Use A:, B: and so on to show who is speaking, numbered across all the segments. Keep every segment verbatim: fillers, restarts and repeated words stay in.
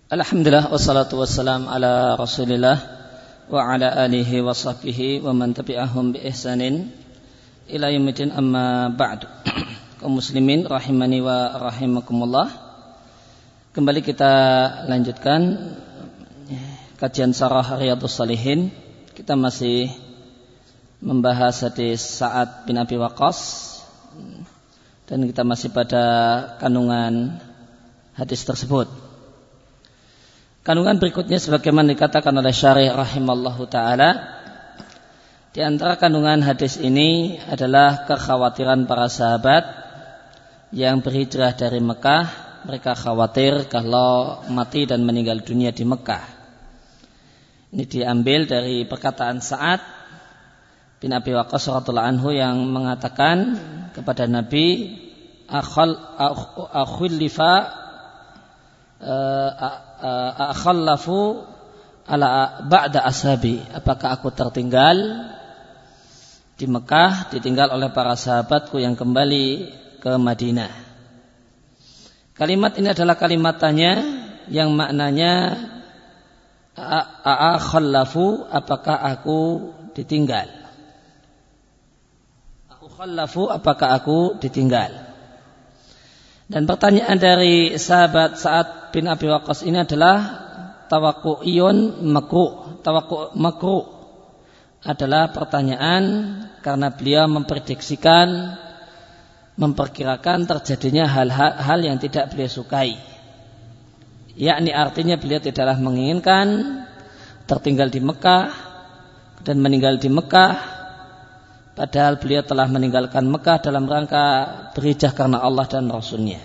A: Alhamdulillah wassalatu wassalam ala Rasulillah wa ala alihi wa sahbihi wa man tabi'ahum bi ihsanin ila yaumil amma ba'du. Kaum muslimin rahimani wa rahimakumullah. Kembali kita lanjutkan kajian Syarah Riyadhus Shalihin. Kita masih membahas hadis Sa'ad bin Abi Waqqas dan kita masih pada kandungan hadis tersebut. Kandungan berikutnya sebagaimana dikatakan oleh Syarih rahimallahu ta'ala, di antara kandungan hadis ini adalah kekhawatiran para sahabat yang berhijrah dari Mekah. Mereka khawatir kalau mati dan meninggal dunia di Mekah. Ini diambil dari perkataan Sa'ad bin Abi Waqqas radhiyallahu anhu yang mengatakan kepada Nabi, akhal akhillifa akhallafu ala ba'da ashabi, apakah aku tertinggal di Mekah, ditinggal oleh para sahabatku yang kembali ke Madinah. Kalimat ini adalah kalimat tanya yang maknanya akhallafu, apakah aku ditinggal. Aku khallafu, apakah aku ditinggal. Dan pertanyaan dari sahabat Sa'ad bin Abi Waqqas ini adalah tawaqqu'iyun makruh. Tawaqqu'u makruh adalah pertanyaan karena beliau memprediksikan, memperkirakan terjadinya hal-hal yang tidak beliau sukai. Yakni artinya beliau tidaklah menginginkan tertinggal di Mekah dan meninggal di Mekah, padahal beliau telah meninggalkan Mekah dalam rangka berhijrah karena Allah dan Rasulnya.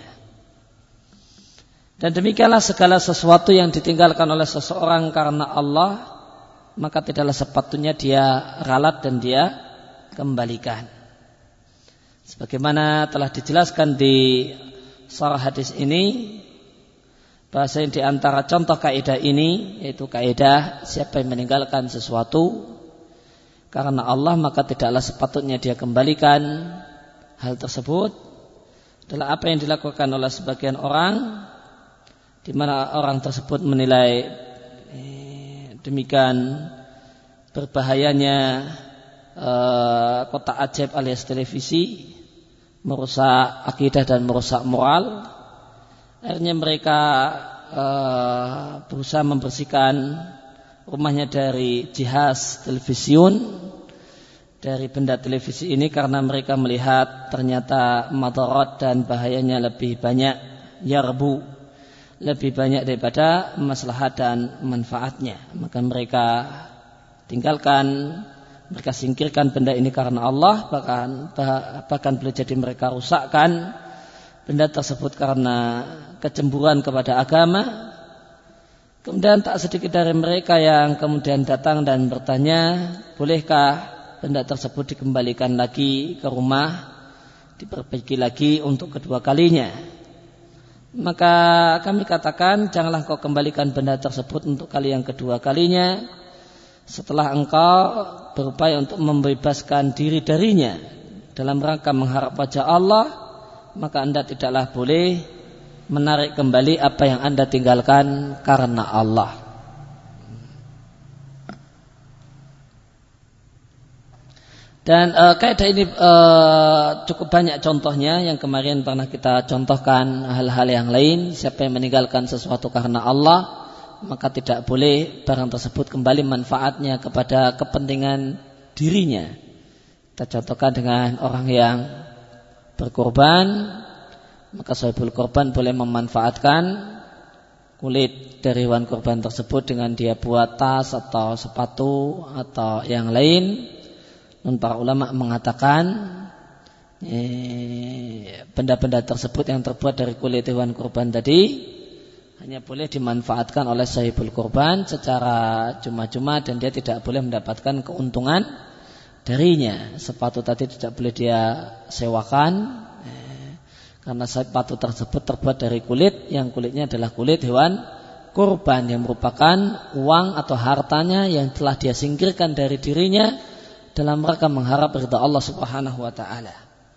A: Dan demikianlah segala sesuatu yang ditinggalkan oleh seseorang karena Allah, maka tidaklah sepatutnya dia ralat dan dia kembalikan. Sebagaimana telah dijelaskan di syarah hadis ini, bahasa yang di antara contoh kaidah ini yaitu kaidah siapa yang meninggalkan sesuatu karena Allah, maka tidaklah sepatutnya dia kembalikan hal tersebut. Adalah apa yang dilakukan oleh sebagian orang, di mana orang tersebut menilai eh, demikian berbahayanya eh, kotak ajaib alias televisi, merusak akidah dan merusak moral. Akhirnya mereka eh, berusaha membersihkan rumahnya dari jihaz televisiun, dari benda televisi ini, karena mereka melihat ternyata madarat dan bahayanya lebih banyak, yarbu, lebih banyak daripada maslahat dan manfaatnya. Maka mereka tinggalkan, mereka singkirkan benda ini karena Allah, bahkan bahkan boleh jadi mereka rusakkan benda tersebut karena kecemburuan kepada agama. Kemudian tak sedikit dari mereka yang kemudian datang dan bertanya, bolehkah benda tersebut dikembalikan lagi ke rumah, diperbaiki lagi untuk kedua kalinya? Maka kami katakan, janganlah kau kembalikan benda tersebut untuk kali yang kedua kalinya setelah engkau berupaya untuk membebaskan diri darinya dalam rangka mengharap wajah Allah, maka anda tidaklah boleh menarik kembali apa yang anda tinggalkan karena Allah. Dan e, kaidah ini e, cukup banyak contohnya. Yang kemarin pernah kita contohkan hal-hal yang lain. Siapa yang meninggalkan sesuatu karena Allah, maka tidak boleh barang tersebut kembali manfaatnya kepada kepentingan dirinya. Kita contohkan dengan orang yang berkorban, maka sahibul korban boleh memanfaatkan kulit dari hewan korban tersebut dengan dia buat tas atau sepatu atau yang lain. Dan para ulama mengatakan eh, benda-benda tersebut yang terbuat dari kulit hewan korban tadi hanya boleh dimanfaatkan oleh sahibul korban secara cuma-cuma dan dia tidak boleh mendapatkan keuntungan darinya. Sepatu tadi tidak boleh dia sewakan, karena sepatu tersebut terbuat dari kulit yang kulitnya adalah kulit hewan kurban yang merupakan uang atau hartanya yang telah dia singkirkan dari dirinya dalam rangka mengharap ridha Allah Subhanahu wa taala.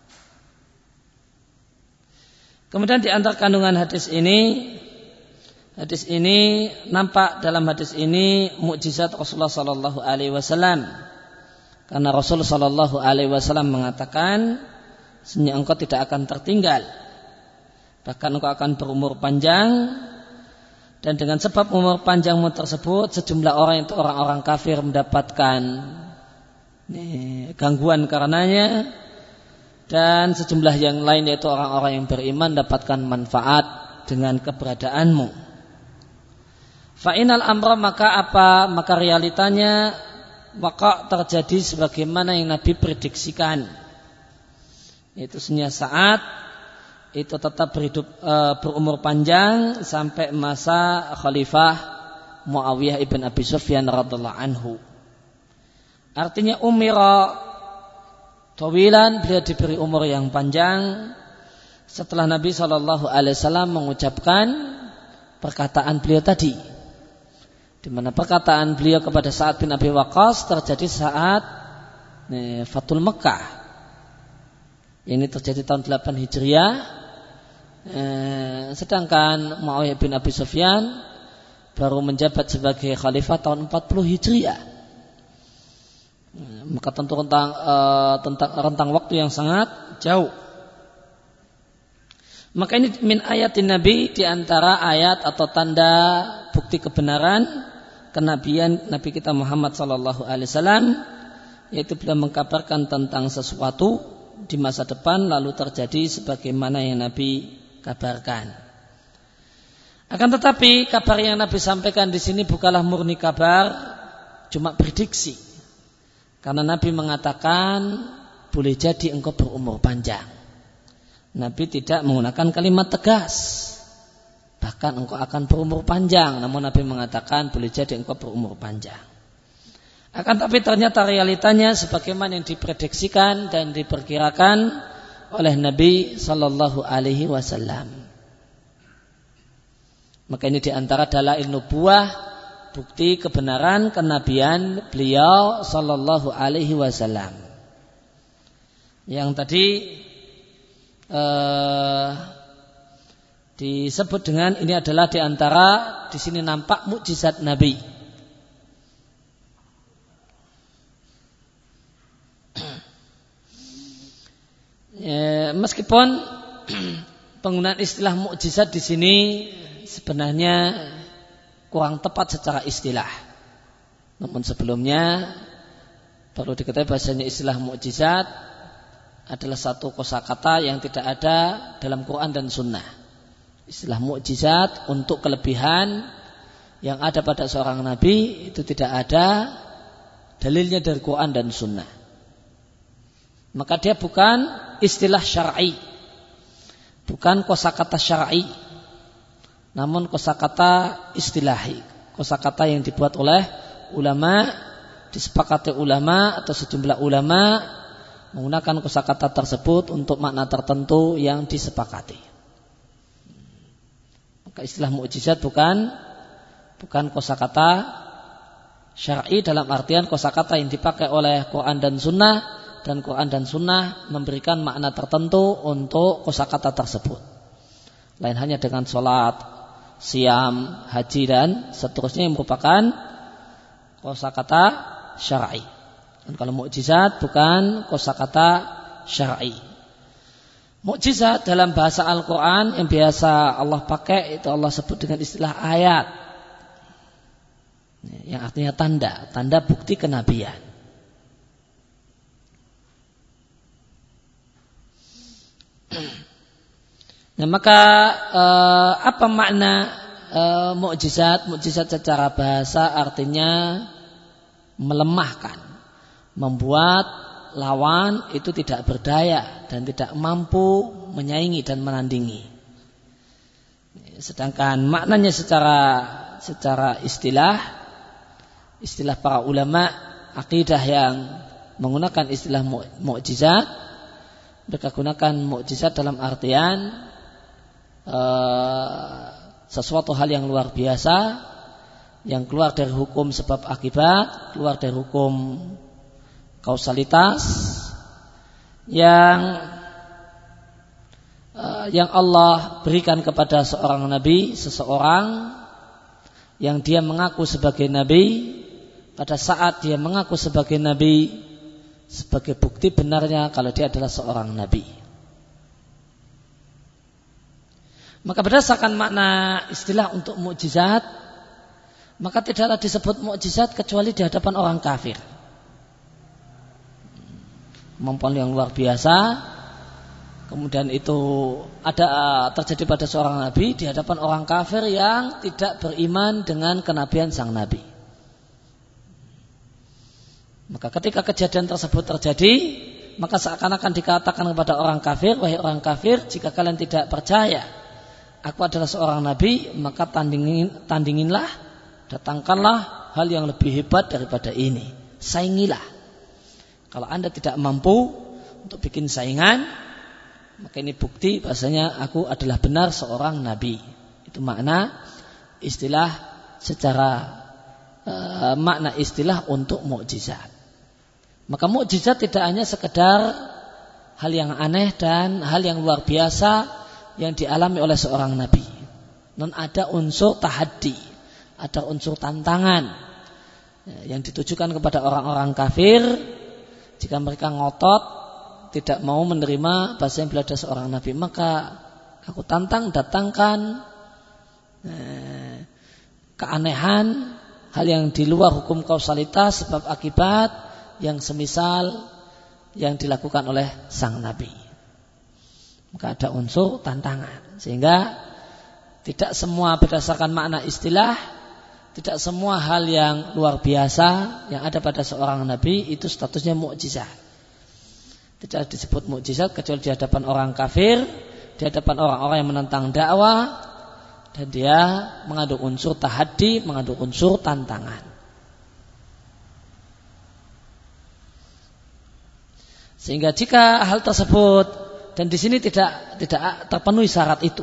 A: Kemudian di antara kandungan hadis ini Hadis ini nampak dalam hadis ini mukjizat Rasulullah sallallahu alaihi wasallam. Karena Rasul sallallahu alaihi wasallam mengatakan, sesungguhnya engkau tidak akan tertinggal, bahkan engkau akan berumur panjang, dan dengan sebab umur panjangmu tersebut sejumlah orang itu orang-orang kafir mendapatkan nih, gangguan karenanya, dan sejumlah yang lain yaitu orang-orang yang beriman mendapatkan manfaat dengan keberadaanmu. Fa'inal amra, maka apa? Maka realitanya maka terjadi sebagaimana yang Nabi prediksikan. Itu sebenarnya saat itu tetap berhidup e, berumur panjang sampai masa Khalifah Muawiyah ibn Abi Sufyan radhiallahu anhu. Artinya umira tawilan, beliau diberi umur yang panjang setelah Nabi shallallahu alaihi wasallam mengucapkan perkataan beliau tadi. Di mana perkataan beliau kepada Sa'ad bin Abi Waqqas terjadi saat nih, Fathul Mekah. Ini terjadi tahun delapan Hijriah. Eh, sedangkan Muawiyah bin Abi Sufyan baru menjabat sebagai khalifah tahun empat puluh Hijriah. Eh, maka tentu rentang, eh, tentang rentang waktu yang sangat jauh. Maka ini min ayatin Nabi, di antara ayat atau tanda bukti kebenaran kenabian Nabi kita Muhammad sallallahu alaihi wasallam, yaitu beliau mengkabarkan tentang sesuatu di masa depan lalu terjadi sebagaimana yang Nabi kabarkan. Akan tetapi kabar yang Nabi sampaikan di sini bukanlah murni kabar, cuma prediksi. Karena Nabi mengatakan boleh jadi engkau berumur panjang. Nabi tidak menggunakan kalimat tegas, bahkan engkau akan berumur panjang. Namun Nabi mengatakan boleh jadi engkau berumur panjang. Akan tapi ternyata realitanya sebagaimana yang diprediksikan dan diperkirakan oleh Nabi sallallahu alaihi wasallam. Maka ini diantara dalail nubuwah, bukti kebenaran kenabian beliau sallallahu alaihi wasallam. Yang tadi eh, disebut dengan ini adalah diantara di sini nampak mukjizat Nabi. Ya, meskipun penggunaan istilah mukjizat di sini sebenarnya kurang tepat secara istilah. Namun sebelumnya perlu diketahui bahasanya istilah mukjizat adalah satu kosakata yang tidak ada dalam Quran dan Sunnah. Istilah mukjizat untuk kelebihan yang ada pada seorang nabi itu tidak ada dalilnya dari Quran dan Sunnah. Maka dia bukan istilah syar'i, bukan kosakata syar'i, namun kosakata istilahi, kosakata yang dibuat oleh ulama, disepakati ulama atau sejumlah ulama menggunakan kosakata tersebut untuk makna tertentu yang disepakati. Maka istilah mukjizat bukan bukan kosakata syar'i dalam artian kosakata yang dipakai oleh Quran dan Sunnah, dan Quran dan Sunnah memberikan makna tertentu untuk kosakata tersebut. Lain hanya dengan sholat, siam, haji dan seterusnya yang merupakan kosakata syar'i. Dan kalau mukjizat bukan kosakata syar'i. Mukjizat dalam bahasa Al-Quran yang biasa Allah pakai itu Allah sebut dengan istilah ayat, yang artinya tanda, tanda bukti kenabian. Nah, maka eh, apa makna eh, mukjizat? Mukjizat secara bahasa artinya melemahkan, membuat lawan itu tidak berdaya dan tidak mampu menyaingi dan menandingi. Sedangkan maknanya secara secara istilah, istilah para ulama akidah yang menggunakan istilah mukjizat, mereka gunakan mukjizat dalam artian uh, sesuatu hal yang luar biasa, yang keluar dari hukum sebab akibat, keluar dari hukum kausalitas, yang uh, yang Allah berikan kepada seorang nabi, seseorang yang dia mengaku sebagai nabi, pada saat dia mengaku sebagai nabi, sebagai bukti benarnya kalau dia adalah seorang nabi. Maka berdasarkan makna istilah untuk mukjizat, maka tidaklah disebut mukjizat kecuali di hadapan orang kafir. Kemampuan yang luar biasa, kemudian itu ada terjadi pada seorang nabi di hadapan orang kafir yang tidak beriman dengan kenabian sang nabi. Maka ketika kejadian tersebut terjadi, maka seakan-akan dikatakan kepada orang kafir, wahai orang kafir, jika kalian tidak percaya aku adalah seorang nabi, maka tandingin, tandinginlah, datangkanlah hal yang lebih hebat daripada ini, saingilah. Kalau Anda tidak mampu untuk bikin saingan, maka ini bukti bahasanya aku adalah benar seorang nabi. Itu makna istilah secara uh, makna istilah untuk mukjizat. Maka mukjizat tidak hanya sekedar hal yang aneh dan hal yang luar biasa yang dialami oleh seorang nabi. Non ada unsur tahaddi, ada unsur tantangan yang ditujukan kepada orang-orang kafir. Jika mereka ngotot tidak mau menerima bahasa yang beliau adalah seorang nabi, maka aku tantang datangkan eh, keanehan, hal yang di luar hukum kausalitas sebab akibat yang semisal yang dilakukan oleh sang nabi. Maka ada unsur tantangan, sehingga tidak semua berdasarkan makna istilah, tidak semua hal yang luar biasa yang ada pada seorang nabi itu statusnya mukjizat. Tidak disebut mukjizat kecuali di hadapan orang kafir, di hadapan orang-orang yang menentang dakwah, dan dia mengandung unsur tahaddi, mengandung unsur tantangan. Sehingga jika hal tersebut, dan di sini tidak tidak terpenuhi syarat itu,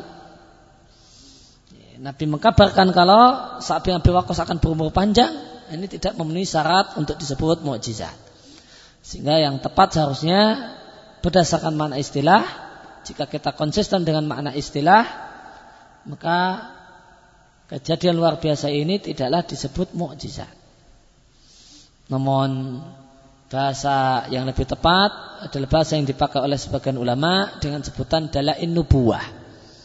A: Nabi mengkabarkan kalau Sa'ad bin Abi Waqqas akan berumur panjang, ini tidak memenuhi syarat untuk disebut mukjizat. Sehingga yang tepat seharusnya berdasarkan makna istilah. Jika kita konsisten dengan makna istilah, maka kejadian luar biasa ini tidaklah disebut mukjizat. Namun bahasa yang lebih tepat adalah bahasa yang dipakai oleh sebagian ulama dengan sebutan dalail nubuwah.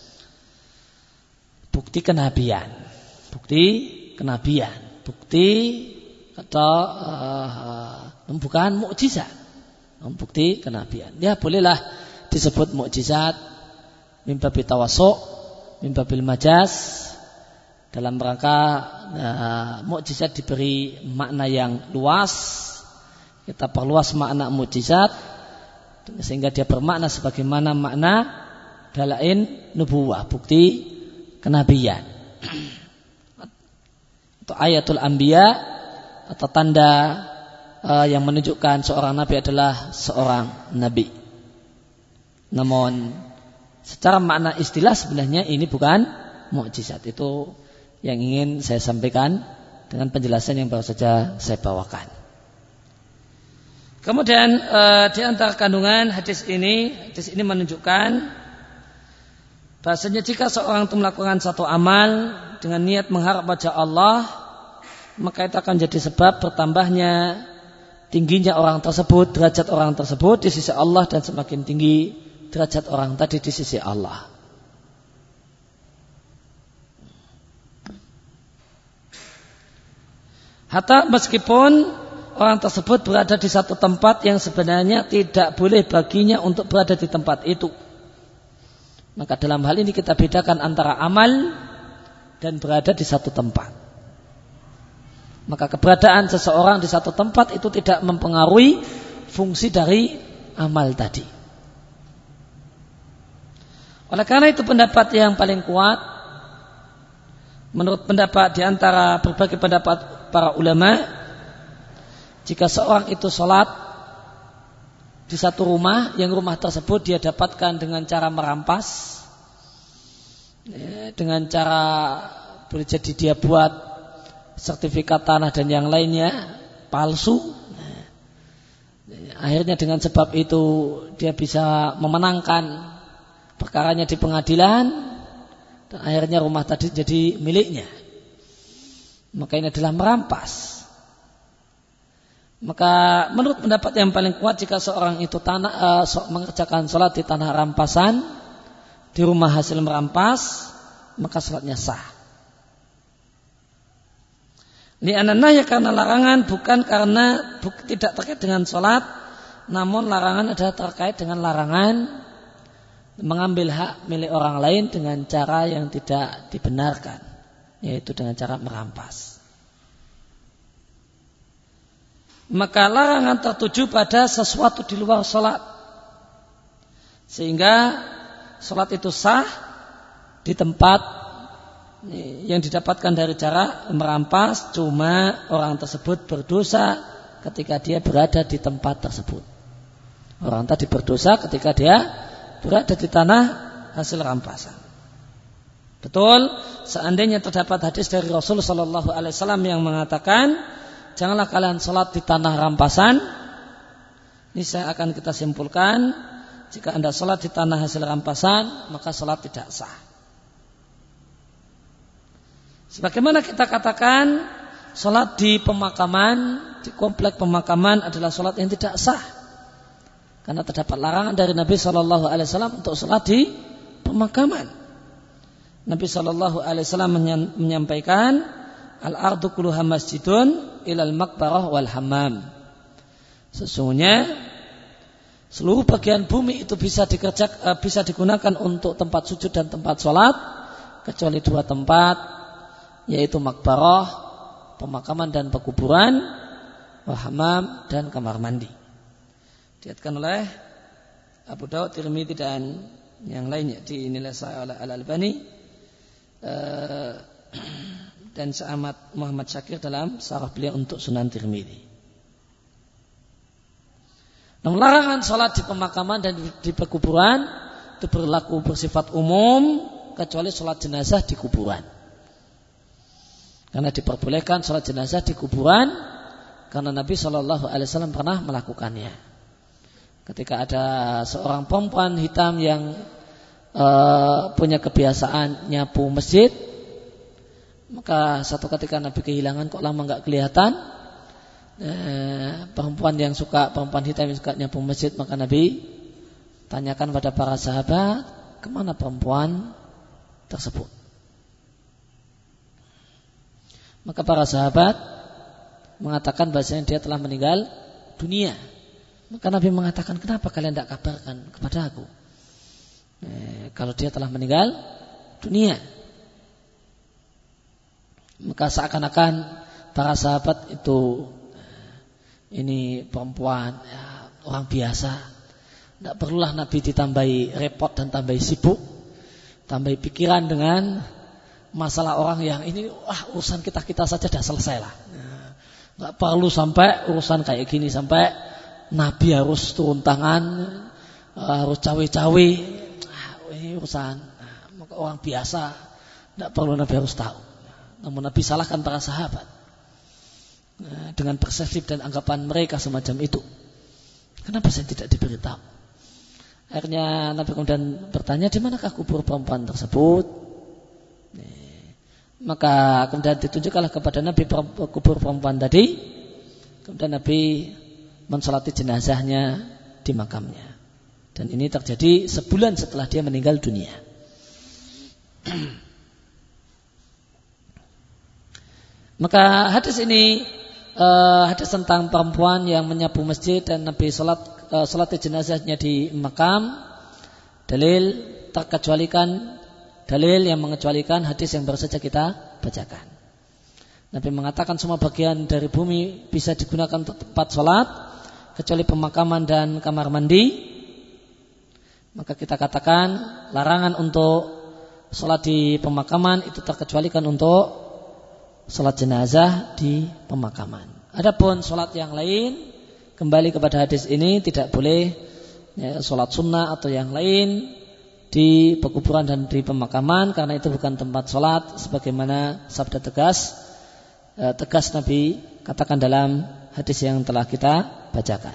A: Bukti kenabian, bukti kenabian, bukti atau uh, bukan mukjizat, bukti kenabian. Ya bolehlah disebut mukjizat, min babil tawassu', min babil majaz, dalam rangka uh, mukjizat diberi makna yang luas. Kita perluas makna mukjizat sehingga dia bermakna sebagaimana makna dalail nubuwah, bukti kenabian. Itu ayatul anbiya atau tanda uh, yang menunjukkan seorang nabi adalah seorang nabi. Namun secara makna istilah sebenarnya ini bukan mukjizat. Itu yang ingin saya sampaikan dengan penjelasan yang baru saja saya bawakan. Kemudian uh, di antara kandungan hadis ini, hadis ini menunjukkan bahasanya jika seorang itu melakukan satu amal dengan niat mengharap wajah Allah, maka itu akan jadi sebab bertambahnya tingginya orang tersebut, derajat orang tersebut di sisi Allah, dan semakin tinggi derajat orang tadi di sisi Allah. Hatta meskipun orang tersebut berada di satu tempat yang sebenarnya tidak boleh baginya untuk berada di tempat itu. Maka dalam hal ini kita bedakan antara amal dan berada di satu tempat. Maka keberadaan seseorang di satu tempat itu tidak mempengaruhi fungsi dari amal tadi. Oleh karena itu pendapat yang paling kuat, menurut pendapat di antara berbagai pendapat para ulama, jika seorang itu sholat di satu rumah, yang rumah tersebut dia dapatkan dengan cara merampas, ya, dengan cara boleh jadi dia buat sertifikat tanah dan yang lainnya palsu. Nah, akhirnya dengan sebab itu dia bisa memenangkan perkaranya di pengadilan, dan akhirnya rumah tadi jadi miliknya. maka ini adalah merampas. Maka menurut pendapat yang paling kuat, jika seorang itu tanah, uh, mengerjakan sholat di tanah rampasan, di rumah hasil merampas, maka sholatnya sah. Li'anana, ya karena larangan bukan karena buk, tidak terkait dengan sholat, namun larangan adalah terkait dengan larangan mengambil hak milik orang lain dengan cara yang tidak dibenarkan, yaitu dengan cara merampas. Maka larangan tertuju pada sesuatu di luar sholat, sehingga sholat itu sah di tempat yang didapatkan dari cara merampas. Cuma orang tersebut berdosa ketika dia berada di tempat tersebut. Orang tadi berdosa ketika dia berada di tanah hasil rampasan. Betul, seandainya terdapat hadis dari Rasul Sallallahu Alaihi Wasallam yang mengatakan, janganlah kalian sholat di tanah rampasan. Ini saya akan kita simpulkan, jika anda sholat di tanah hasil rampasan, maka sholat tidak sah. Sebagaimana kita katakan, sholat di pemakaman, di komplek pemakaman adalah sholat yang tidak sah, karena terdapat larangan dari Nabi Sallallahu Alaihi Wasallam untuk sholat di pemakaman. Nabi Sallallahu Alaihi Wasallam menyampaikan, al-ardu kulluha masjidun ilal maqbarah wal hammam. Sesungguhnya seluruh bagian bumi itu bisa dikerjakan, bisa digunakan untuk tempat sujud dan tempat sholat, kecuali dua tempat, yaitu makbarah, pemakaman dan pekuburan, wal hammam, dan kamar mandi. Diriwayatkan oleh Abu Daud, Tirmidzi dan yang lainnya, dinilai sahih oleh Al-Albani dan Syekh Muhammad Syakir dalam syarah beliau untuk Sunan Tirmidzi. Namun larangan salat di pemakaman dan di pekuburan itu berlaku bersifat umum, kecuali salat jenazah di kuburan. Karena diperbolehkan salat jenazah di kuburan karena Nabi Shallallahu Alaihi Wasallam pernah melakukannya. Ketika ada seorang perempuan hitam yang uh, punya kebiasaan nyapu masjid, maka satu ketika Nabi kehilangan, kok lama nggak kelihatan eh, perempuan yang suka perempuan hitam yang suka nyapu masjid, maka Nabi tanyakan pada para sahabat, kemana perempuan tersebut? Maka para sahabat mengatakan bahasanya dia telah meninggal dunia. Maka Nabi mengatakan, kenapa kalian tidak kabarkan kepada aku eh, kalau dia telah meninggal dunia? Maka seakan-akan para sahabat itu, ini perempuan ya, orang biasa, tidak perlulah Nabi ditambahi repot dan tambahi sibuk, tambahi pikiran dengan masalah orang yang ini, wah urusan kita kita saja dah selesai lah. Tidak perlu sampai urusan kayak gini, sampai Nabi harus turun tangan, harus cawe-cawe, ini urusan maka orang biasa, tidak perlu Nabi harus tahu. Namun Nabi salahkan para sahabat dengan persepsi dan anggapan mereka semacam itu. Kenapa saya tidak diberitahu? Akhirnya Nabi kemudian bertanya, di manakah kubur perempuan tersebut? Maka kemudian ditunjukkanlah kepada Nabi kubur perempuan tadi. Kemudian Nabi mensolati jenazahnya di makamnya. Dan ini terjadi sebulan setelah dia meninggal dunia. Maka hadis ini uh, hadis tentang perempuan yang menyapu masjid dan Nabi salat uh, salat jenazahnya di makam, dalil terkecualikan, dalil yang mengecualikan hadis yang baru saja kita bacakan. Nabi mengatakan semua bagian dari bumi bisa digunakan untuk tempat salat kecuali pemakaman dan kamar mandi. Maka kita katakan larangan untuk salat di pemakaman itu terkecualikan untuk salat jenazah di pemakaman. Adapun salat yang lain, kembali kepada hadis ini, tidak boleh ya, salat sunnah atau yang lain di pekuburan dan di pemakaman, karena itu bukan tempat salat sebagaimana sabda tegas eh, tegas Nabi katakan dalam hadis yang telah kita bacakan.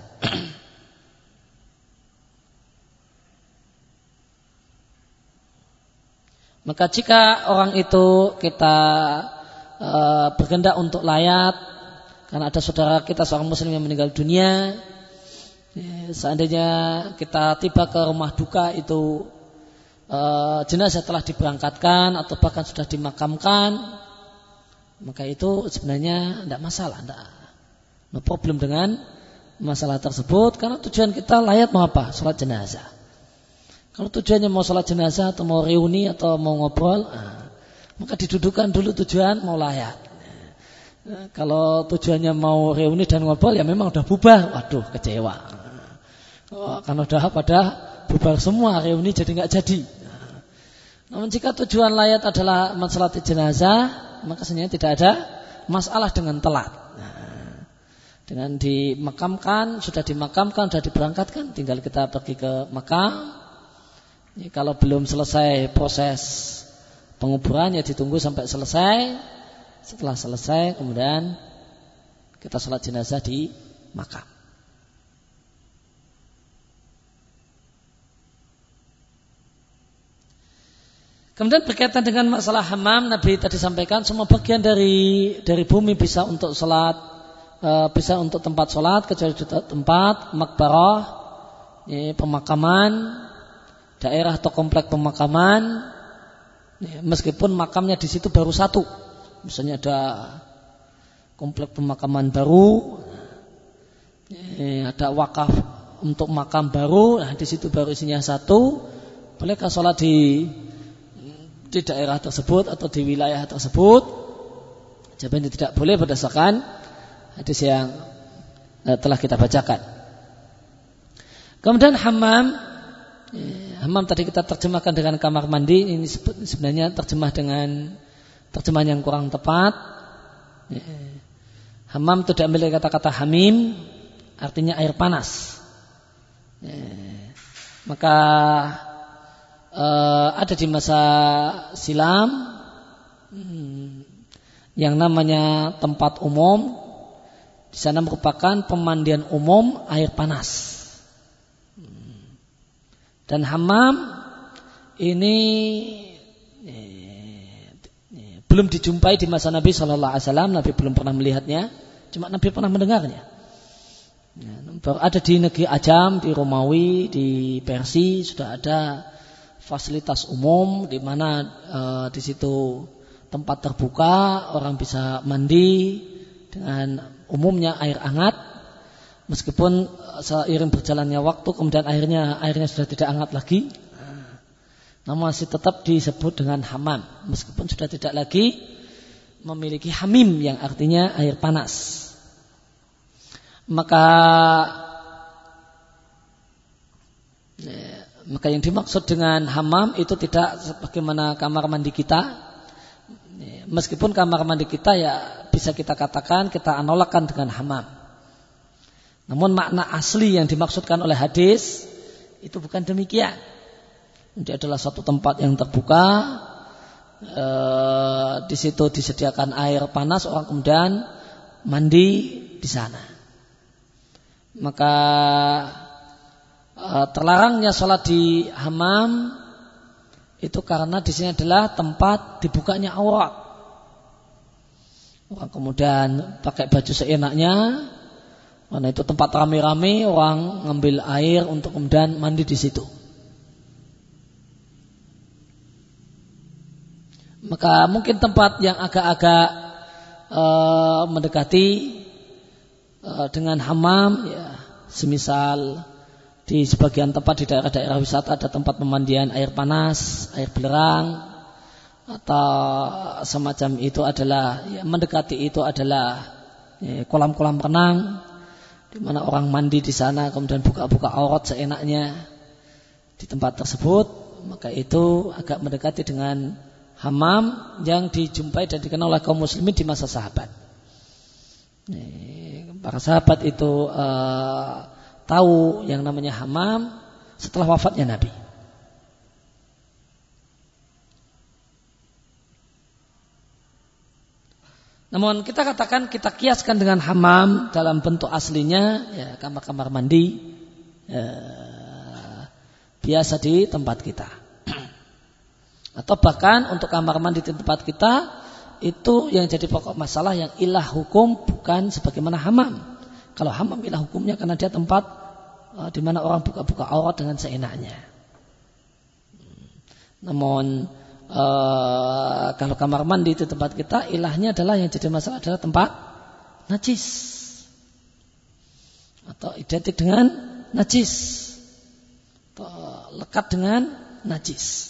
A: Maka jika orang itu kita e, berkehendak untuk layat karena ada saudara kita seorang muslim yang meninggal dunia, ya, seandainya kita tiba ke rumah duka itu e, jenazah telah diberangkatkan atau bahkan sudah dimakamkan, maka itu sebenarnya tidak masalah, tidak no problem dengan masalah tersebut, karena tujuan kita layat mau apa? Sholat jenazah. Kalau tujuannya mau sholat jenazah atau mau reuni atau mau ngobrol, nah, maka didudukan dulu tujuan mau layat. Nah, kalau tujuannya mau reuni dan ngobrol, ya memang udah bubar. Waduh, kecewa. Oh, karena udah pada bubar semua, reuni jadi nggak jadi. Nah, namun jika tujuan layat adalah mensolati jenazah, maka sebenarnya tidak ada masalah dengan telat. Dengan dimakamkan, sudah dimakamkan, sudah diberangkatkan, tinggal kita pergi ke makam. Ini kalau belum selesai proses penguburan, ya ditunggu sampai selesai. Setelah selesai, kemudian kita sholat jenazah di makam. Kemudian berkaitan dengan masalah hammam, Nabi tadi sampaikan semua bagian dari dari bumi bisa untuk sholat, bisa untuk tempat sholat kecuali tempat makbarah, ya, pemakaman, daerah atau komplek pemakaman, ya, meskipun makamnya di situ baru satu, misalnya ada komplek pemakaman baru, ya, ada wakaf untuk makam baru, nah di situ baru isinya satu, bolehkah sholat di di daerah tersebut atau di wilayah tersebut? Jawabannya tidak boleh berdasarkan hadis yang telah kita bacakan. Kemudian hammam, hammam tadi kita terjemahkan dengan kamar mandi. Ini sebenarnya terjemah dengan terjemahan yang kurang tepat. Hammam itu diambil dari kata-kata hamim, artinya air panas. Maka ada di masa silam yang namanya tempat umum. Di sana merupakan pemandian umum air panas. Dan hammam ini eh, eh, belum dijumpai di masa Nabi Shallallahu Alaihi Wasallam. Nabi belum pernah melihatnya, cuma Nabi pernah mendengarnya. Baru ada di negeri Ajam, di Romawi, di Persia sudah ada fasilitas umum di mana eh, di situ tempat terbuka, orang bisa mandi dengan umumnya air hangat, meskipun seiring berjalannya waktu kemudian airnya airnya sudah tidak hangat lagi, namun masih tetap disebut dengan hammam, meskipun sudah tidak lagi memiliki hamim yang artinya air panas. Maka maka yang dimaksud dengan hammam itu tidak sebagaimana kamar mandi kita. Meskipun kamar mandi kita ya bisa kita katakan, kita analogkan dengan hammam. Namun makna asli yang dimaksudkan oleh hadis itu bukan demikian. Ini adalah suatu tempat yang terbuka, e, di situ disediakan air panas, orang kemudian mandi di sana. Maka e, terlarangnya sholat di hammam itu karena di sini adalah tempat dibukanya aurat. Orang kemudian pakai baju seenaknya, karena itu tempat rame-rame, orang ngambil air untuk kemudian mandi di situ. Maka mungkin tempat yang agak-agak e, mendekati e, dengan hammam, ya, semisal di sebagian tempat di daerah-daerah wisata ada tempat pemandian air panas, air belerang, atau semacam itu adalah, ya, mendekati itu adalah ya, kolam-kolam renang, di mana orang mandi di sana kemudian buka-buka aurat seenaknya di tempat tersebut, maka itu agak mendekati dengan hammam yang dijumpai dan dikenal oleh kaum muslimin di masa sahabat. Para sahabat itu uh, tahu yang namanya hammam setelah wafatnya Nabi. Namun kita katakan, kita kiaskan dengan hammam dalam bentuk aslinya, ya, kamar-kamar mandi ya, biasa di tempat kita. Atau bahkan untuk kamar mandi di tempat kita itu yang jadi pokok masalah yang ilah hukum bukan sebagaimana hamam. Kalau hamam ilah hukumnya karena dia tempat uh, di mana orang buka-buka aurat dengan seenaknya. Namun uh, kalau kamar mandi itu tempat kita, ilahnya adalah yang jadi masalah adalah tempat najis atau identik dengan najis atau lekat dengan najis.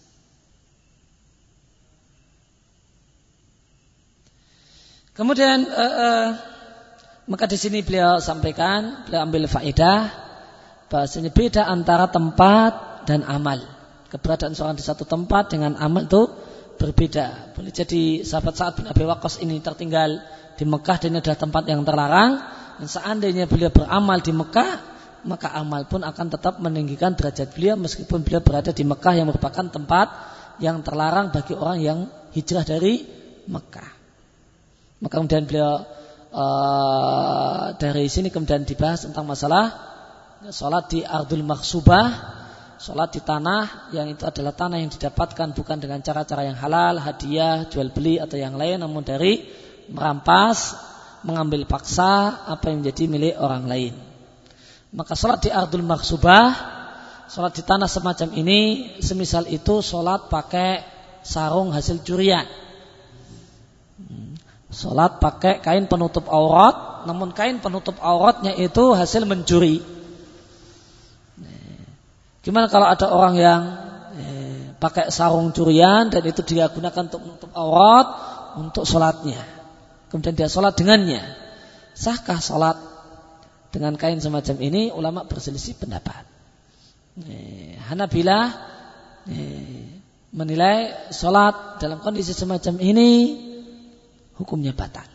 A: Kemudian uh, uh, maka di sini beliau sampaikan, beliau ambil faedah bahasanya beda antara tempat dan amal. Keberadaan seorang di satu tempat dengan amal itu berbeda. Boleh jadi sahabat Sa'ad bin Abi Waqqas ini tertinggal di Mekah dan ini adalah tempat yang terlarang. Dan seandainya beliau beramal di Mekah, maka amal pun akan tetap meninggikan derajat beliau meskipun beliau berada di Mekah yang merupakan tempat yang terlarang bagi orang yang hijrah dari Mekah. Maka kemudian beliau uh, dari sini kemudian dibahas tentang masalah sholat di ardul maghsubah, sholat di tanah yang itu adalah tanah yang didapatkan bukan dengan cara-cara yang halal, hadiah, jual beli atau yang lain, namun dari merampas, mengambil paksa apa yang menjadi milik orang lain. Maka sholat di ardul maghsubah, sholat di tanah semacam ini, semisal itu sholat pakai sarung hasil curian. Sholat pakai kain penutup aurat, namun kain penutup auratnya itu hasil mencuri. Gimana kalau ada orang yang eh, pakai sarung curian dan itu dia gunakan untuk menutup aurat untuk sholatnya, kemudian dia sholat dengannya, sahkah sholat dengan kain semacam ini? Ulama berselisih pendapat. eh, Hanabilah eh, menilai sholat dalam kondisi semacam ini hukumnya batal.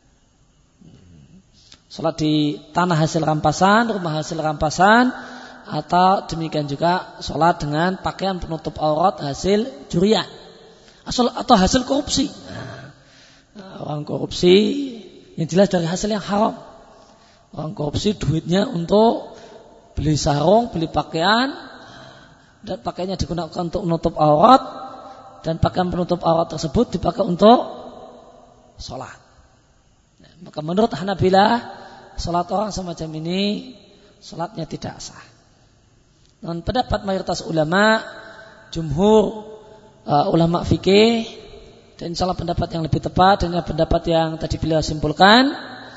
A: Sholat di tanah hasil rampasan, rumah hasil rampasan, atau demikian juga sholat dengan pakaian penutup aurat hasil curian atau hasil korupsi. Nah, orang korupsi yang jelas dari hasil yang haram. Orang korupsi duitnya untuk beli sarung, beli pakaian, dan pakaiannya digunakan untuk menutup aurat, dan pakaian penutup aurat tersebut dipakai untuk sholat. Nah, maka menurut Hanabilah, sholat orang semacam ini sholatnya tidak sah. Dan pendapat mayoritas ulama, jumhur uh, ulama fikih, dan insyaallah pendapat yang lebih tepat dan pendapat yang tadi beliau simpulkan,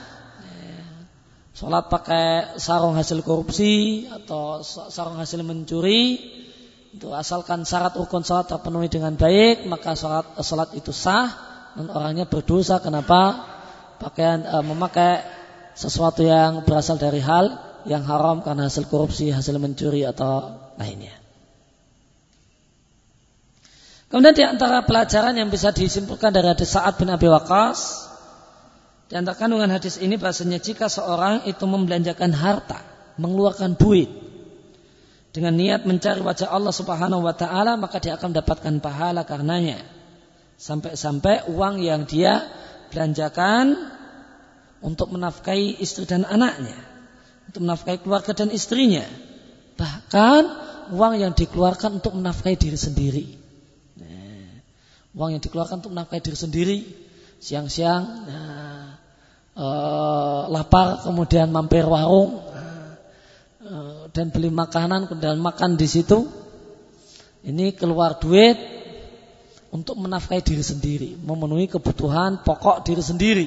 A: sholat pakai sarung hasil korupsi atau sarung hasil mencuri, itu asalkan syarat rukun sholat terpenuhi dengan baik, maka sholat, sholat itu sah. Dan orangnya berdosa kenapa pakaian e, memakai sesuatu yang berasal dari hal yang haram karena hasil korupsi, hasil mencuri atau lainnya. Kemudian di antara pelajaran yang bisa disimpulkan dari hadis Sa'ad bin Abi Waqqas, di antara kandungan hadis ini bahasanya jika seorang itu membelanjakan harta, mengeluarkan duit dengan niat mencari wajah Allah Subhanahu wa taala, maka dia akan mendapatkan pahala karenanya. Sampai-sampai uang yang dia belanjakan untuk menafkahi istri dan anaknya, untuk menafkahi keluarga dan istrinya, bahkan uang yang dikeluarkan untuk menafkahi diri sendiri. Nah, uang yang dikeluarkan untuk menafkahi diri sendiri, siang-siang nah, eh, lapar kemudian mampir warung eh, dan beli makanan kemudian makan di situ, ini keluar duit untuk menafkahi diri sendiri, memenuhi kebutuhan pokok diri sendiri.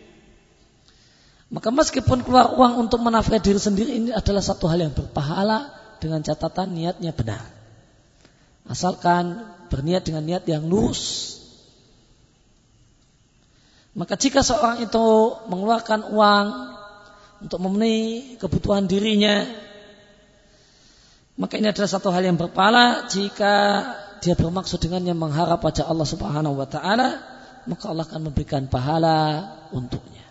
A: Maka meskipun keluar uang untuk menafkahi diri sendiri, ini adalah satu hal yang berpahala dengan catatan niatnya benar. Asalkan berniat dengan niat yang lurus. Maka jika seorang itu mengeluarkan uang untuk memenuhi kebutuhan dirinya, maka ini adalah satu hal yang berpahala. Jika dia bermaksud dengannya mengharap wajah Allah Subhanahu wa taala, maka Allah akan memberikan pahala untuknya.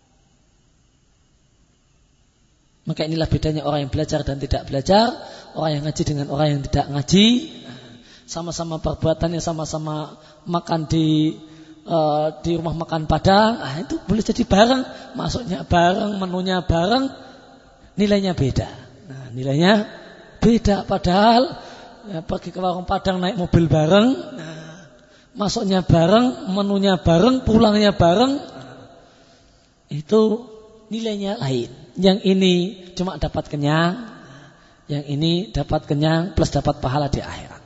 A: Maka inilah bedanya orang yang belajar dan tidak belajar, orang yang ngaji dengan orang yang tidak ngaji. Sama-sama perbuatannya sama-sama makan di uh, di rumah makan Padang, ah, itu boleh jadi bareng, masuknya bareng, menunya bareng, nilainya beda. Nah, nilainya beda padahal ya, pergi ke warung Padang naik mobil bareng, nah, masuknya bareng, menunya bareng, pulangnya bareng, itu nilainya lain. Yang ini cuma dapat kenyang, yang ini dapat kenyang plus dapat pahala di akhirat.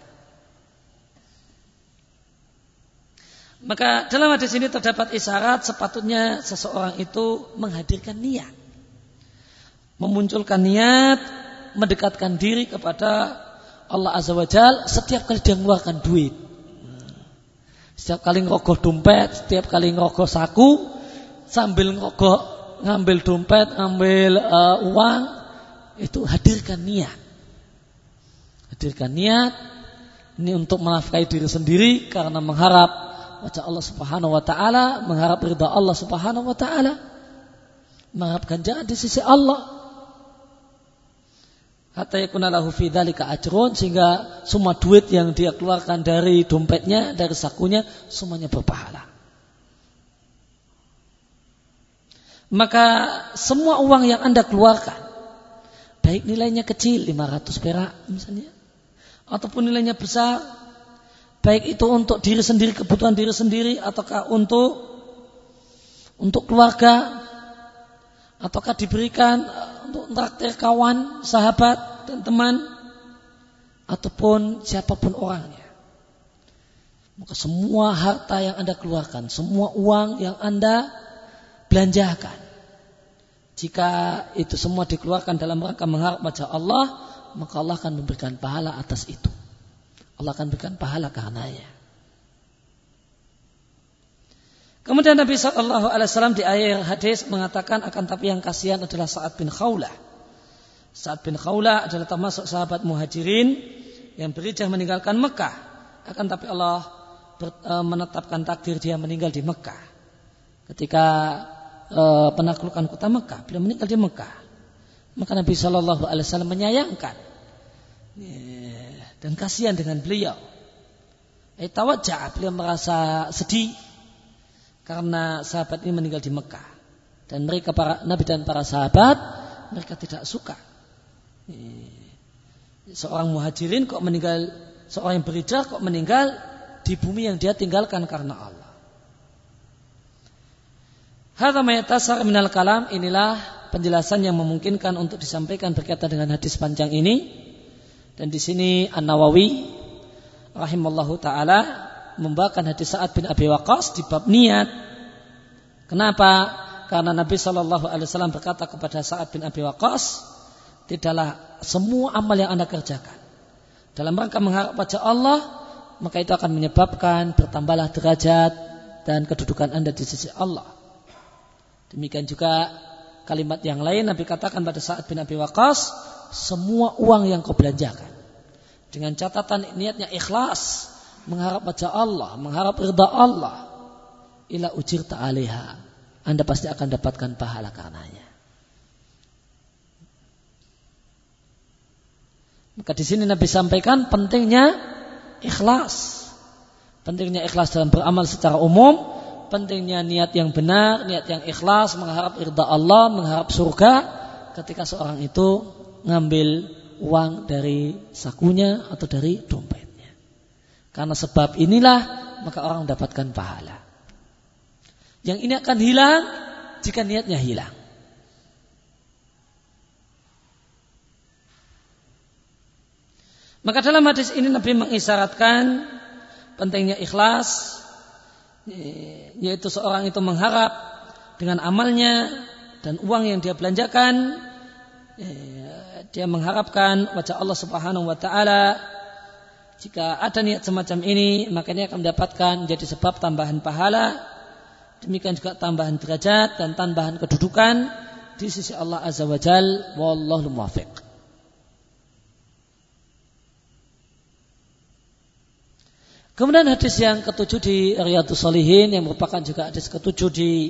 A: Maka dalam hadis ini terdapat isyarat sepatutnya seseorang itu menghadirkan niat, memunculkan niat, mendekatkan diri kepada Allah Azza wa Jalla setiap kali dia mengeluarkan duit. Setiap kali ngerogoh dompet, setiap kali ngerogoh saku, sambil ngerogoh, ngambil dompet, ngambil uh, uang, itu hadirkan niat. Hadirkan niat ini untuk menafkahi diri sendiri karena mengharap wajah Allah Subhanahu wa taala, mengharap ridha Allah Subhanahu wa taala, mengharap ganjaran di sisi Allah. Hatta yakuna lahu fi dzalika ajrun, sehingga semua duit yang dia keluarkan dari dompetnya, dari sakunya, semuanya berpahala. Maka semua uang yang Anda keluarkan, baik nilainya kecil lima ratus perak misalnya, ataupun nilainya besar, baik itu untuk diri sendiri, kebutuhan diri sendiri, ataukah untuk untuk keluarga, ataukah diberikan untuk traktir kawan, sahabat, dan teman, ataupun siapapun orangnya. Maka semua harta yang Anda keluarkan, semua uang yang Anda belanjakan, jika itu semua dikeluarkan dalam rangka mengharap wajah Allah, maka Allah akan memberikan pahala atas itu. Allah akan berikan pahala karenanya. Kemudian Nabi shallallahu alaihi wasallam di akhir hadis mengatakan, akan tapi yang kasihan adalah Sa'ad bin Khawlah. Sa'ad bin Khawlah adalah termasuk sahabat muhajirin yang berhijrah meninggalkan Mekah. Akan tapi Allah ber, e, menetapkan takdir dia meninggal di Mekah. Ketika e, penaklukan kota Mekah, beliau meninggal di Mekah. Maka Nabi shallallahu alaihi wasallam menyayangkan e, dan kasihan dengan beliau. E, tawajjah, beliau merasa sedih karena sahabat ini meninggal di Mekah, dan mereka para Nabi dan para sahabat, mereka tidak suka seorang muhajirin kok meninggal, seorang yang berhijrah kok meninggal di bumi yang dia tinggalkan karena Allah. Hadza ma yatasar minal kalam, inilah penjelasan yang memungkinkan untuk disampaikan berkaitan dengan hadis panjang ini. Dan di sini An-Nawawi rahimallahu taala membawakan hadis Sa'ad bin Abi Waqqas di bab niat. Kenapa? Karena Nabi shallallahu alaihi wasallam berkata kepada Sa'ad bin Abi Waqqas, tidaklah semua amal yang Anda kerjakan dalam rangka mengharap wajah Allah, maka itu akan menyebabkan bertambahlah derajat dan kedudukan Anda di sisi Allah. Demikian juga kalimat yang lain Nabi katakan pada Sa'ad bin Abi Waqqas, semua uang yang kau belanjakan dengan catatan niatnya ikhlas, mengharap wajah Allah, mengharap ridha Allah, ila ujirta alaiha, Anda pasti akan dapatkan pahala karenanya. Maka di sini Nabi sampaikan pentingnya ikhlas, pentingnya ikhlas dalam beramal secara umum, pentingnya niat yang benar, niat yang ikhlas, mengharap ridha Allah, mengharap surga ketika seorang itu ngambil uang dari sakunya atau dari dompet. Karena sebab inilah maka orang mendapatkan pahala. Yang ini akan hilang jika niatnya hilang. Maka dalam hadis ini Nabi mengisyaratkan pentingnya ikhlas, yaitu seorang itu mengharap dengan amalnya dan uang yang dia belanjakan, dia mengharapkan wajah Allah Subhanahu wa taala. Jika ada niat semacam ini, maka ini akan mendapatkan menjadi sebab tambahan pahala, demikian juga tambahan derajat dan tambahan kedudukan di sisi Allah Azza wa Jalla. Wallahu muwaffiq. Kemudian hadis yang ketujuh di Riyadhus Shalihin, yang merupakan juga hadis ketujuh di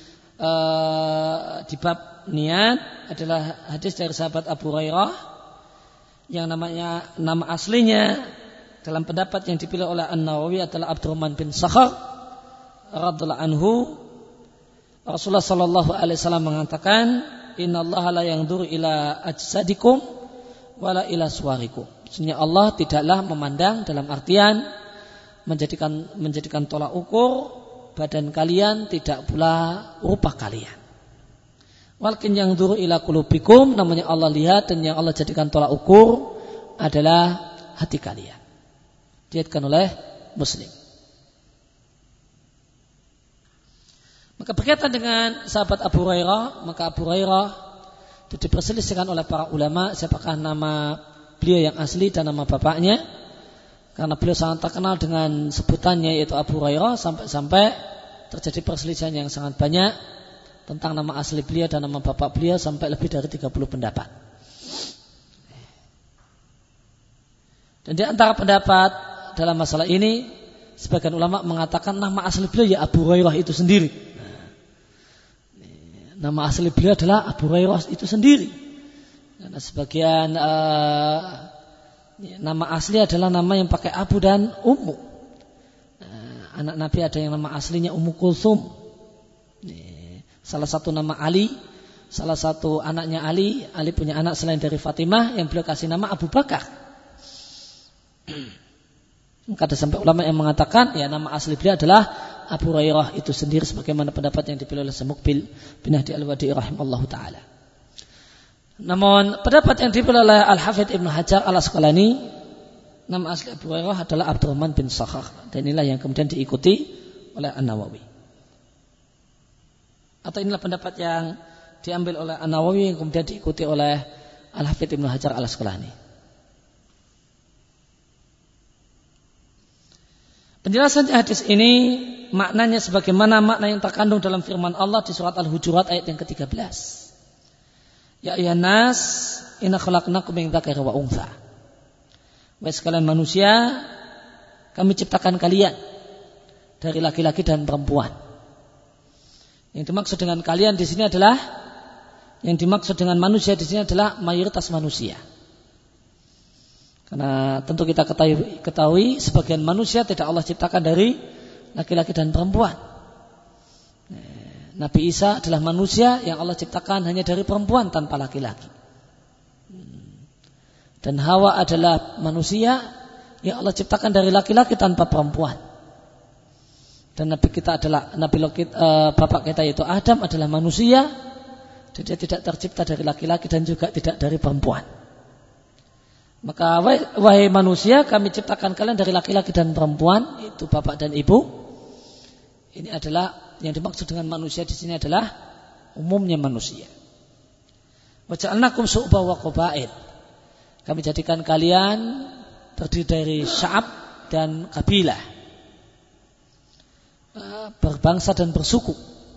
A: uh, di bab niat, adalah hadis dari sahabat Abu Hurairah yang namanya nama aslinya dalam pendapat yang dipilih oleh An-Nawawi adalah Abdurrahman bin Sakhar radhiyallahu anhu. Rasulullah sallallahu alaihi wasallam mengatakan, innallaha la yanzuru ila ajsadikum wala ila suwarikum. Maksudnya Allah tidaklah memandang dalam artian menjadikan menjadikan tolak ukur badan kalian, tidak pula rupa kalian. Walakin yang duru ila qulubikum, namanya Allah lihat dan yang Allah jadikan tolak ukur adalah hati kalian. Diriwayatkan oleh Muslim. Maka berkaitan dengan sahabat Abu Hurairah, maka Abu Hurairah itu diperselisihkan oleh para ulama siapakah nama beliau yang asli dan nama bapaknya, karena beliau sangat terkenal dengan sebutannya yaitu Abu Hurairah, sampai-sampai terjadi perselisihan yang sangat banyak tentang nama asli beliau dan nama bapak beliau, sampai lebih dari tiga puluh pendapat. Dan di antara pendapat dalam masalah ini, sebagian ulama mengatakan nama asli beliau ya Abu Hurairah itu sendiri. Nama asli beliau adalah Abu Hurairah itu sendiri. Karena sebagian uh, nama asli adalah nama yang pakai Abu dan Ummu. Uh, anak Nabi ada yang nama aslinya Ummu Kulsum. Uh, salah satu nama Ali, salah satu anaknya Ali. Ali punya anak selain dari Fatimah yang beliau kasih nama Abu Bakar. Ada sampai ulama yang mengatakan ya nama asli beliau adalah Abu Hurairah itu sendiri, sebagaimana pendapat yang dipilih oleh Mukbil bin Hadi Al-Wadi rahimallahu taala. Namun pendapat yang dipilih oleh Al-Hafidz Ibnu Hajar Al-Asqalani, nama asli Abu Hurairah adalah Abdurrahman bin Sakhar, dan inilah yang kemudian diikuti oleh An-Nawawi. Atau inilah pendapat yang diambil oleh An-Nawawi yang kemudian diikuti oleh Al-Hafidz Ibnu Hajar Al-Asqalani. Penjelasan hadis ini maknanya sebagaimana makna yang terkandung dalam firman Allah di surat Al-Hujurat ayat yang ketiga belas. Ya ayyuhan nas, inna khalaqnakum min dzakarin wa untha. Wahai sekalian manusia, kami ciptakan kalian dari laki-laki dan perempuan. Yang dimaksud dengan kalian di sini adalah, yang dimaksud dengan manusia di sini adalah mayoritas manusia. Karena tentu kita ketahui, ketahui sebagian manusia tidak Allah ciptakan dari laki-laki dan perempuan. Nabi Isa adalah manusia yang Allah ciptakan hanya dari perempuan tanpa laki-laki. Dan Hawa adalah manusia yang Allah ciptakan dari laki-laki tanpa perempuan. Dan Nabi kita adalah Nabi uh, bapak kita yaitu Adam adalah manusia, dan dia tidak tercipta dari laki-laki dan juga tidak dari perempuan. Maka wahai manusia, kami ciptakan kalian dari laki-laki dan perempuan, itu bapak dan ibu. Ini adalah yang dimaksud dengan manusia di sini adalah umumnya manusia. Wa ja'alnakum syu'ban wa qabail. Kami jadikan kalian terdiri dari sya'ab dan kabilah, berbangsa dan bersuku.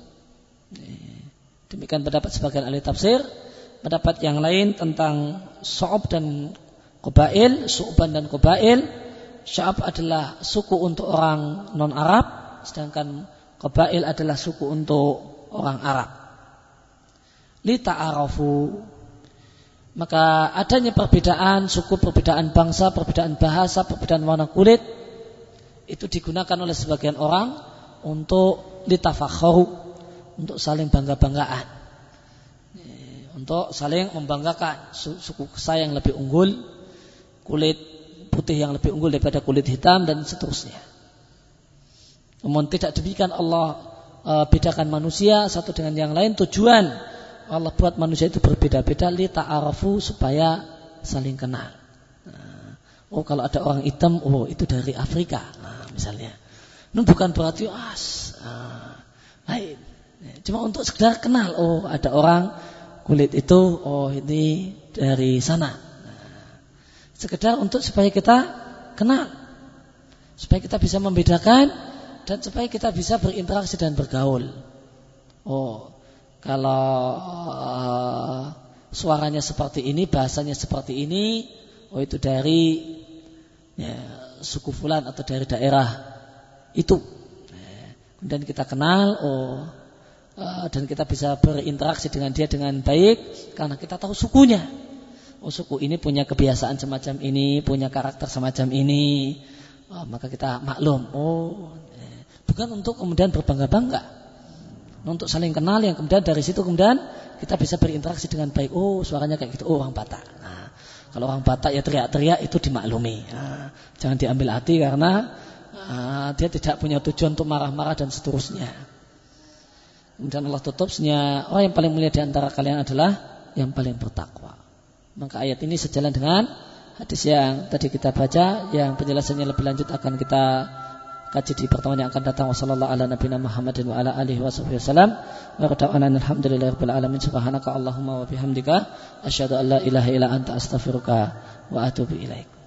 A: Demikian pendapat sebagian ahli tafsir. Pendapat yang lain tentang sya'ab dan Qabail, Su'ban dan Qabail. Sya'ab adalah suku untuk orang non-Arab, sedangkan Qabail adalah suku untuk orang Arab. Li ta'arafu, maka adanya perbedaan suku, perbedaan bangsa, perbedaan bahasa, perbedaan warna kulit itu digunakan oleh sebagian orang untuk litafakharu, untuk saling bangga-banggaan, untuk saling membanggakan suku saya yang lebih unggul, kulit putih yang lebih unggul daripada kulit hitam dan seterusnya. Namun tidak demikian Allah e, bedakan manusia satu dengan yang lain. Tujuan Allah buat manusia itu berbeda-beda li ta'arafu, supaya saling kenal. Nah, oh kalau ada orang hitam, oh itu dari Afrika, nah, misalnya. Itu bukan berarti as, nah, lain. Cuma untuk sekedar kenal. Oh ada orang kulit itu, oh ini dari sana. Sekedar untuk supaya kita kenal, supaya kita bisa membedakan, dan supaya kita bisa berinteraksi dan bergaul. Oh, kalau uh, suaranya seperti ini, bahasanya seperti ini, oh itu dari ya, suku fulan atau dari daerah itu. Kemudian kita kenal, oh, uh, dan kita bisa berinteraksi dengan dia dengan baik karena kita tahu sukunya. Oh suku ini punya kebiasaan semacam ini, punya karakter semacam ini, oh, maka kita maklum. Oh, eh, bukan untuk kemudian berbangga-bangga, untuk saling kenal yang kemudian dari situ kemudian kita bisa berinteraksi dengan baik. Oh suaranya kayak gitu, oh orang Batak. Nah, kalau orang Batak ya teriak-teriak itu dimaklumi. Nah, jangan diambil hati karena uh, dia tidak punya tujuan untuk marah-marah dan seterusnya. Kemudian Allah tutupnya, orang yang paling mulia di antara kalian adalah yang paling bertakwa. Maka ayat ini sejalan dengan hadis yang tadi kita baca, yang penjelasannya lebih lanjut akan kita kaji di pertemuan yang akan datang. Wassallallahu ala nabiyina Muhammadin wa ala alihi wasallam. Wa qada'ana alhamdulillahirabbil alamin. Subhanaka Allahumma wa bihamdika asyhadu an la ilaha illa anta astaghfiruka wa atubu ilaik.